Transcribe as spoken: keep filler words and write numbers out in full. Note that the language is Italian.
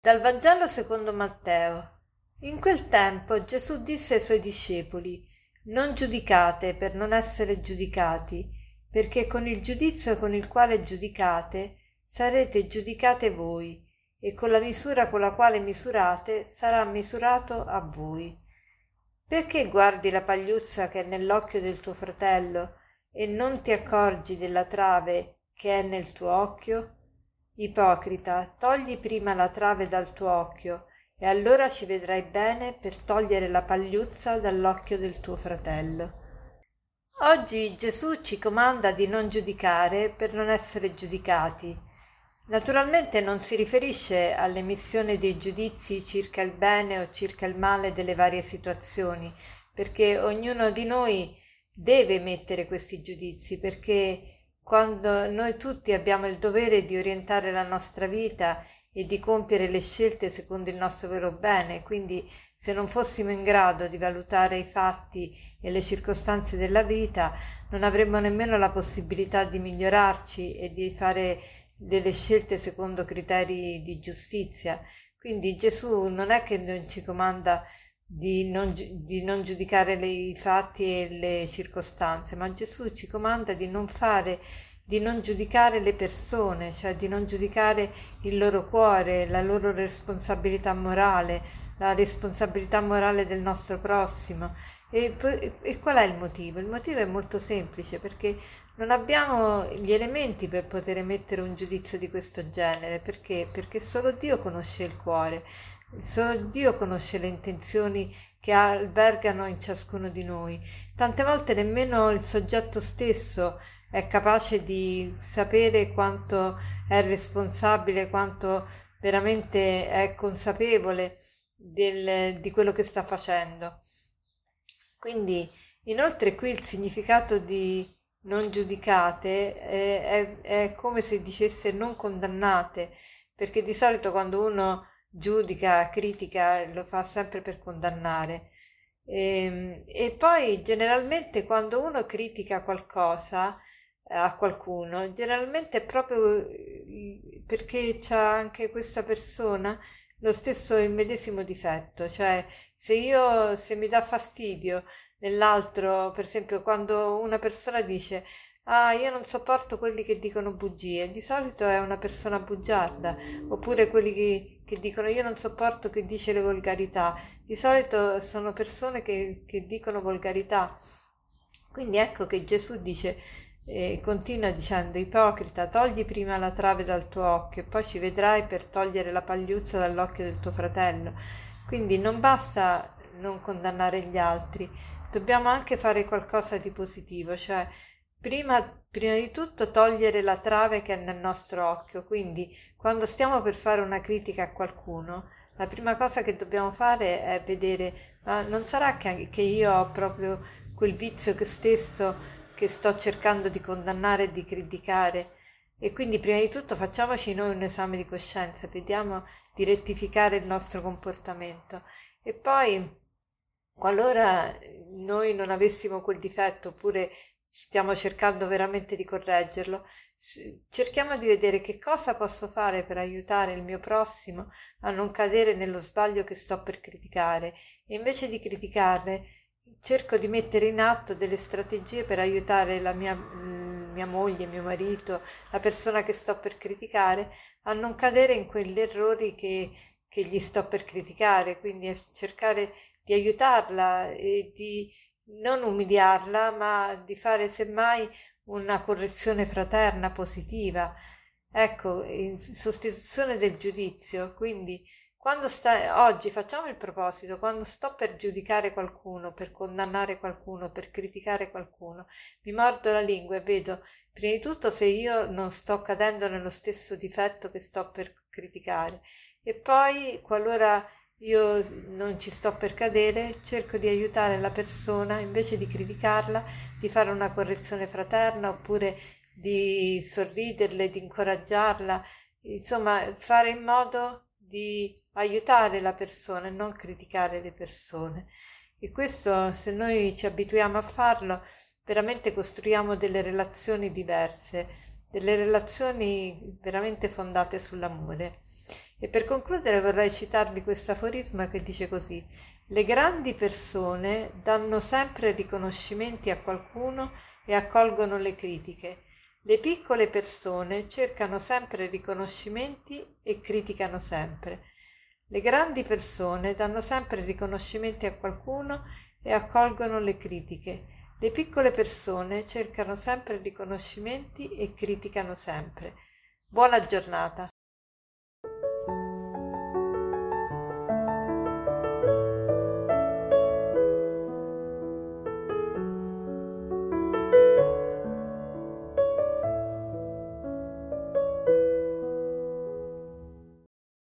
Dal Vangelo secondo Matteo. In quel tempo Gesù disse ai suoi discepoli: Non giudicate per non essere giudicati, perché con il giudizio con il quale giudicate sarete giudicate voi, e con la misura con la quale misurate sarà misurato a voi. Perché guardi la pagliuzza che è nell'occhio del tuo fratello e non ti accorgi della trave che è nel tuo occhio? Ipocrita, togli prima la trave dal tuo occhio, e allora ci vedrai bene per togliere la pagliuzza dall'occhio del tuo fratello. Oggi Gesù ci comanda di non giudicare per non essere giudicati. Naturalmente non si riferisce all'emissione dei giudizi circa il bene o circa il male delle varie situazioni, perché ognuno di noi deve emettere questi giudizi, perché quando noi tutti abbiamo il dovere di orientare la nostra vita e di compiere le scelte secondo il nostro vero bene, quindi se non fossimo in grado di valutare i fatti e le circostanze della vita, non avremmo nemmeno la possibilità di migliorarci e di fare delle scelte secondo criteri di giustizia. Quindi Gesù non è che non ci comanda di non, di non giudicare le, i fatti e le circostanze, ma Gesù ci comanda di non fare, di non giudicare le persone, cioè di non giudicare il loro cuore, la loro responsabilità morale, la responsabilità morale del nostro prossimo. E, e qual è il motivo? Il motivo è molto semplice, perché non abbiamo gli elementi per poter emettere un giudizio di questo genere. Perché? Perché solo Dio conosce il cuore. Solo Dio conosce le intenzioni che albergano in ciascuno di noi. Tante volte nemmeno il soggetto stesso è capace di sapere quanto è responsabile, quanto veramente è consapevole del, di quello che sta facendo. Quindi, inoltre, qui il significato di non giudicate è, è, è come se dicesse non condannate, perché di solito quando uno giudica, critica, lo fa sempre per condannare. E, e poi generalmente quando uno critica qualcosa eh, a qualcuno, generalmente è proprio eh, perché c'ha anche questa persona lo stesso il medesimo difetto, cioè se io se mi dà fastidio nell'altro, per esempio quando una persona dice ah, io non sopporto quelli che dicono bugie, di solito è una persona bugiarda, oppure quelli che, che dicono io non sopporto chi dice le volgarità, di solito sono persone che, che dicono volgarità. Quindi ecco che Gesù dice, eh, continua dicendo, ipocrita, togli prima la trave dal tuo occhio e poi ci vedrai per togliere la pagliuzza dall'occhio del tuo fratello. Quindi non basta non condannare gli altri, dobbiamo anche fare qualcosa di positivo, cioè Prima, prima di tutto togliere la trave che è nel nostro occhio, quindi quando stiamo per fare una critica a qualcuno, la prima cosa che dobbiamo fare è vedere, ma non sarà che, che io ho proprio quel vizio che stesso che sto cercando di condannare e di criticare? E quindi prima di tutto facciamoci noi un esame di coscienza, vediamo di rettificare il nostro comportamento e poi qualora noi non avessimo quel difetto oppure stiamo cercando veramente di correggerlo, cerchiamo di vedere che cosa posso fare per aiutare il mio prossimo a non cadere nello sbaglio che sto per criticare e invece di criticarle cerco di mettere in atto delle strategie per aiutare la mia, mia moglie, mio marito, la persona che sto per criticare a non cadere in quegli errori che, che gli sto per criticare, quindi a cercare di aiutarla e di non umiliarla, ma di fare semmai una correzione fraterna positiva. Ecco, in sostituzione del giudizio. Quindi quando sta oggi facciamo il proposito, quando sto per giudicare qualcuno, per condannare qualcuno, per criticare qualcuno, mi mordo la lingua e vedo prima di tutto se io non sto cadendo nello stesso difetto che sto per criticare e poi qualora io non ci sto per cadere, cerco di aiutare la persona invece di criticarla, di fare una correzione fraterna oppure di sorriderle, di incoraggiarla, insomma fare in modo di aiutare la persona e non criticare le persone. E questo, se noi ci abituiamo a farlo, veramente costruiamo delle relazioni diverse, delle relazioni veramente fondate sull'amore. E per concludere vorrei citarvi questo aforisma che dice così: le grandi persone danno sempre riconoscimenti a qualcuno e accolgono le critiche. Le piccole persone cercano sempre riconoscimenti e criticano sempre. Le grandi persone danno sempre riconoscimenti a qualcuno e accolgono le critiche. Le piccole persone cercano sempre riconoscimenti e criticano sempre. Buona giornata.